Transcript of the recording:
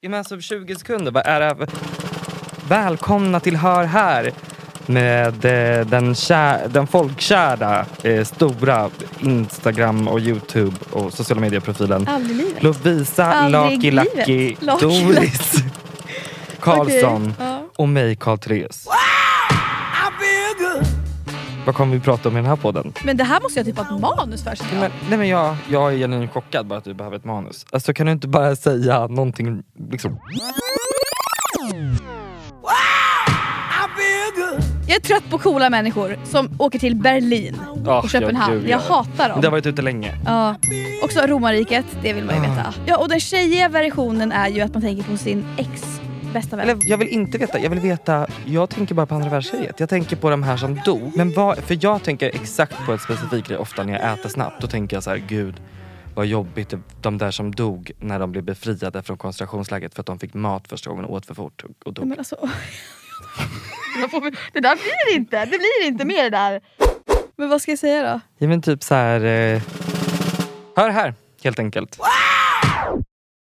Men alltså 20 sekunder, vad är det? Välkomna till Hör här med den folkkära stora Instagram och YouTube och sociala medieprofilen Lovisa Lucky Lucky Doris Karlsson och mig, Carl Therese. Vad kommer vi prata om i den här podden? Men det här måste jag typ ha ett manus för. Men jag är genuint chockad bara att du behöver ett manus. Alltså kan du inte bara säga någonting liksom? Jag är trött på coola människor som åker till Berlin och Köpenhamn. Jag hatar dem. Det har varit ute länge. Ja. Också Romarriket, det vill man ju veta. Ja, och den tjejiga versionen är ju att man tänker på sin ex bästa vän. Eller jag vill inte veta, jag tänker bara på andra världskriget. Jag tänker på de här som dog. Men för jag tänker exakt på ett specifikt grej ofta när jag äter snabbt. Då tänker jag så här, gud vad jobbigt de där som dog när de blev befriade från koncentrationslägret för att de fick mat första gången och åt för fort och dog. Men alltså, det där blir inte mer det där. Men vad ska jag säga då? Ja men typ så här, hör här helt enkelt.